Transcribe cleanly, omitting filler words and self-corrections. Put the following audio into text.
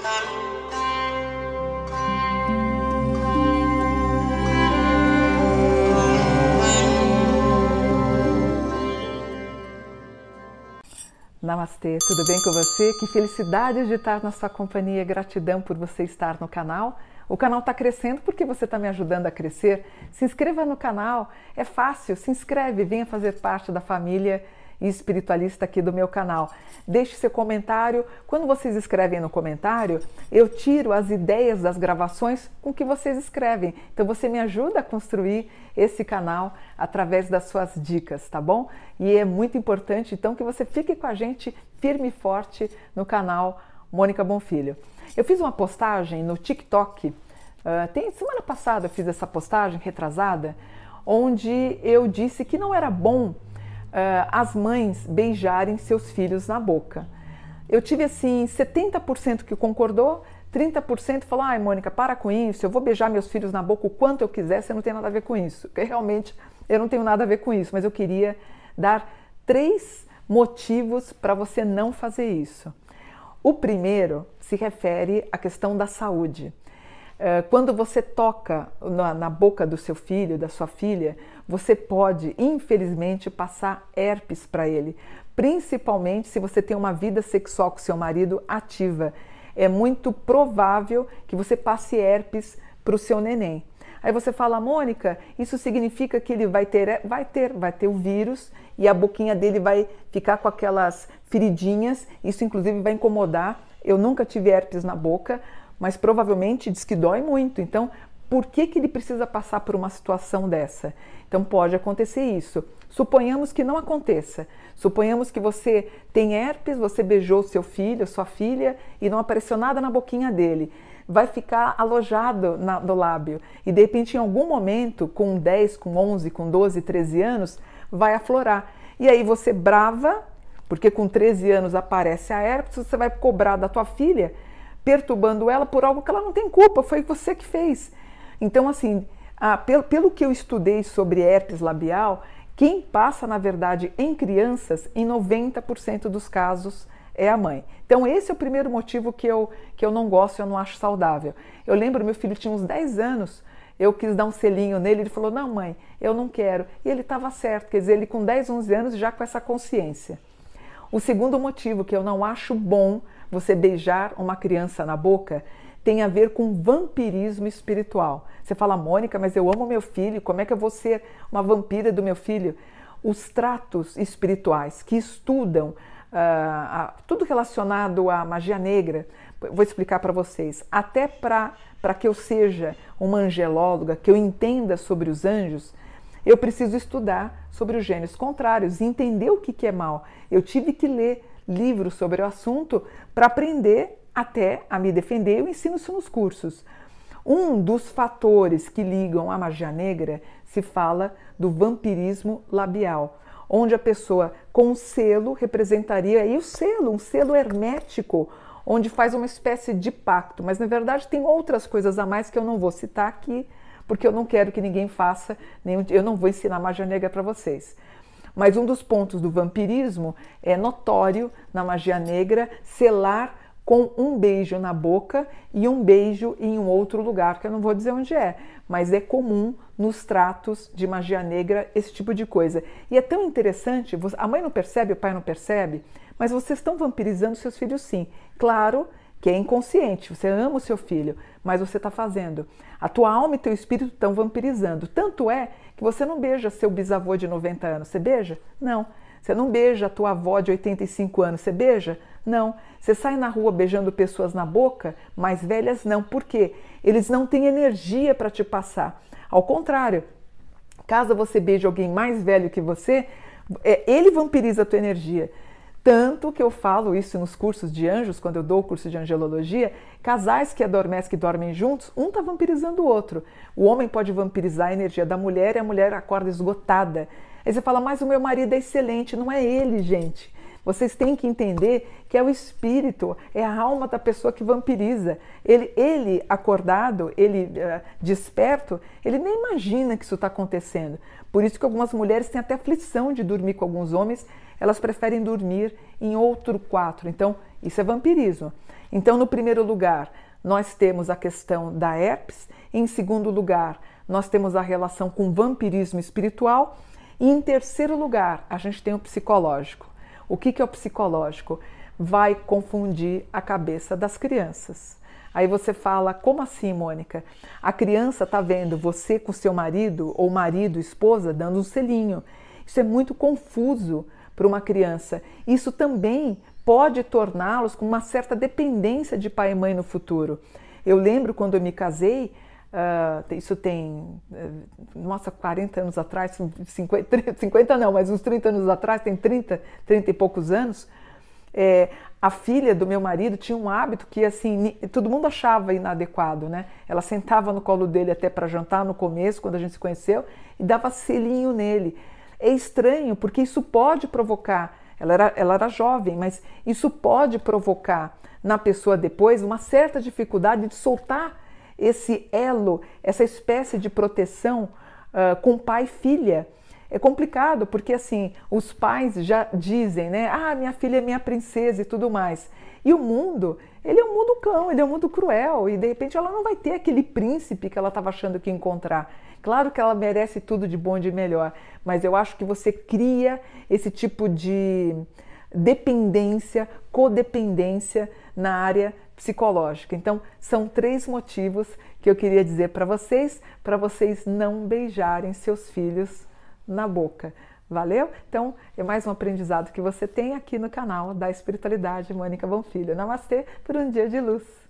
Namastê, tudo bem com você? Que felicidade de estar na sua companhia, gratidão por você estar no canal. O canal está crescendo porque você está me ajudando a crescer. Se inscreva no canal, é fácil, se inscreve, venha fazer parte da família espiritualista aqui do meu canal. Deixe seu comentário. Quando vocês escrevem no comentário, eu tiro as ideias das gravações com que vocês escrevem. Então você me ajuda a construir esse canal através das suas dicas, tá bom? E é muito importante então que você fique com a gente firme e forte no canal Mônica Bonfilho. Eu fiz uma postagem no TikTok, semana passada eu fiz essa postagem retrasada, onde eu disse que não era bom as mães beijarem seus filhos na boca. Eu tive assim 70% que concordou, 30% falou: ai Mônica, para com isso, eu vou beijar meus filhos na boca o quanto eu quiser, você não tem nada a ver com isso. Porque realmente eu não tenho nada a ver com isso, mas eu queria dar 3 motivos para você não fazer isso. O primeiro se refere à questão da saúde. Quando você toca na boca do seu filho, da sua filha, você pode, infelizmente, passar herpes para ele, principalmente se você tem uma vida sexual com seu marido ativa. É muito provável que você passe herpes para o seu neném. Aí você fala: Mônica, isso significa que ele vai ter o vírus e a boquinha dele vai ficar com aquelas feridinhas, isso inclusive vai incomodar. Eu nunca tive herpes na boca, mas provavelmente diz que dói muito. Então, por que ele precisa passar por uma situação dessa? Então, pode acontecer isso. Suponhamos que não aconteça. Suponhamos que você tem herpes, você beijou seu filho, sua filha e não apareceu nada na boquinha dele. Vai ficar alojado no lábio e de repente em algum momento, com 10, com 11, com 12, 13 anos, vai aflorar. E aí você brava, porque com 13 anos aparece a herpes, você vai cobrar da tua filha, perturbando ela por algo que ela não tem culpa, foi você que fez. Então assim, pelo que eu estudei sobre herpes labial, quem passa na verdade em crianças, em 90% dos casos, é a mãe. Então esse é o primeiro motivo que eu não gosto, eu não acho saudável. Eu lembro, meu filho tinha uns 10 anos, eu quis dar um selinho nele, ele falou: não mãe, eu não quero. E ele estava certo, quer dizer, ele com 10, 11 anos já com essa consciência. O segundo motivo que eu não acho bom você beijar uma criança na boca tem a ver com vampirismo espiritual. Você fala: Mônica, mas eu amo meu filho, como é que eu vou ser uma vampira do meu filho? Os tratos espirituais que estudam tudo relacionado à magia negra, vou explicar para vocês, até para que eu seja uma angelóloga, que eu entenda sobre os anjos, eu preciso estudar sobre os gênios contrários e entender o que é mal. Eu tive que ler livros sobre o assunto para aprender até a me defender. Eu ensino isso nos cursos. Um dos fatores que ligam a magia negra se fala do vampirismo labial, onde a pessoa com um selo representaria aí um selo hermético, onde faz uma espécie de pacto, mas na verdade tem outras coisas a mais que eu não vou citar aqui, porque eu não quero que ninguém faça, eu não vou ensinar magia negra para vocês. Mas um dos pontos do vampirismo é notório na magia negra selar com um beijo na boca e um beijo em um outro lugar, que eu não vou dizer onde é, mas é comum nos tratos de magia negra esse tipo de coisa. E é tão interessante, a mãe não percebe, o pai não percebe, mas vocês estão vampirizando seus filhos sim. Claro que é inconsciente, você ama o seu filho, mas você está fazendo. A tua alma e teu espírito estão vampirizando. Tanto é que você não beija seu bisavô de 90 anos, você beija? Não. Você não beija a tua avó de 85 anos, você beija? Não. Você sai na rua beijando pessoas na boca, mais velhas não. Por quê? Eles não têm energia para te passar. Ao contrário, caso você beije alguém mais velho que você, ele vampiriza a tua energia. Tanto que eu falo isso nos cursos de anjos, quando eu dou o curso de angelologia, casais que adormecem, que dormem juntos, um está vampirizando o outro. O homem pode vampirizar a energia da mulher e a mulher acorda esgotada. Aí você fala: mas o meu marido é excelente. Não é ele, gente. Vocês têm que entender que é o espírito, é a alma da pessoa que vampiriza. Ele acordado, ele desperto, ele nem imagina que isso está acontecendo. Por isso que algumas mulheres têm até aflição de dormir com alguns homens, elas preferem dormir em outro 4. Então, isso é vampirismo. Então, no primeiro lugar, nós temos a questão da herpes. Em segundo lugar, nós temos a relação com vampirismo espiritual. E em terceiro lugar, a gente tem o psicológico. O que é o psicológico? Vai confundir a cabeça das crianças. Aí você fala, como assim, Mônica? A criança está vendo você com seu marido, ou marido, esposa, dando um selinho. Isso é muito confuso para uma criança. Isso também pode torná-los com uma certa dependência de pai e mãe no futuro. Eu lembro quando eu me casei, isso tem, 40 anos atrás, 50 não, mas uns 30 anos atrás, tem 30 e poucos anos, a filha do meu marido tinha um hábito que assim, todo mundo achava inadequado, né? Ela sentava no colo dele até para jantar no começo, quando a gente se conheceu, e dava selinho nele. É estranho, porque isso pode provocar, ela era jovem, mas isso pode provocar na pessoa depois uma certa dificuldade de soltar esse elo, essa espécie de proteção com pai e filha. É complicado, porque assim, os pais já dizem, né? Ah, minha filha é minha princesa e tudo mais. E o mundo, ele é um mundo cão, ele é um mundo cruel, e de repente ela não vai ter aquele príncipe que ela estava achando que ia encontrar. Claro que ela merece tudo de bom e de melhor, mas eu acho que você cria esse tipo de dependência, codependência na área psicológica. Então, são 3 motivos que eu queria dizer para vocês não beijarem seus filhos na boca. Valeu? Então, é mais um aprendizado que você tem aqui no canal da Espiritualidade Mônica Bonfilho. Namastê por um dia de luz.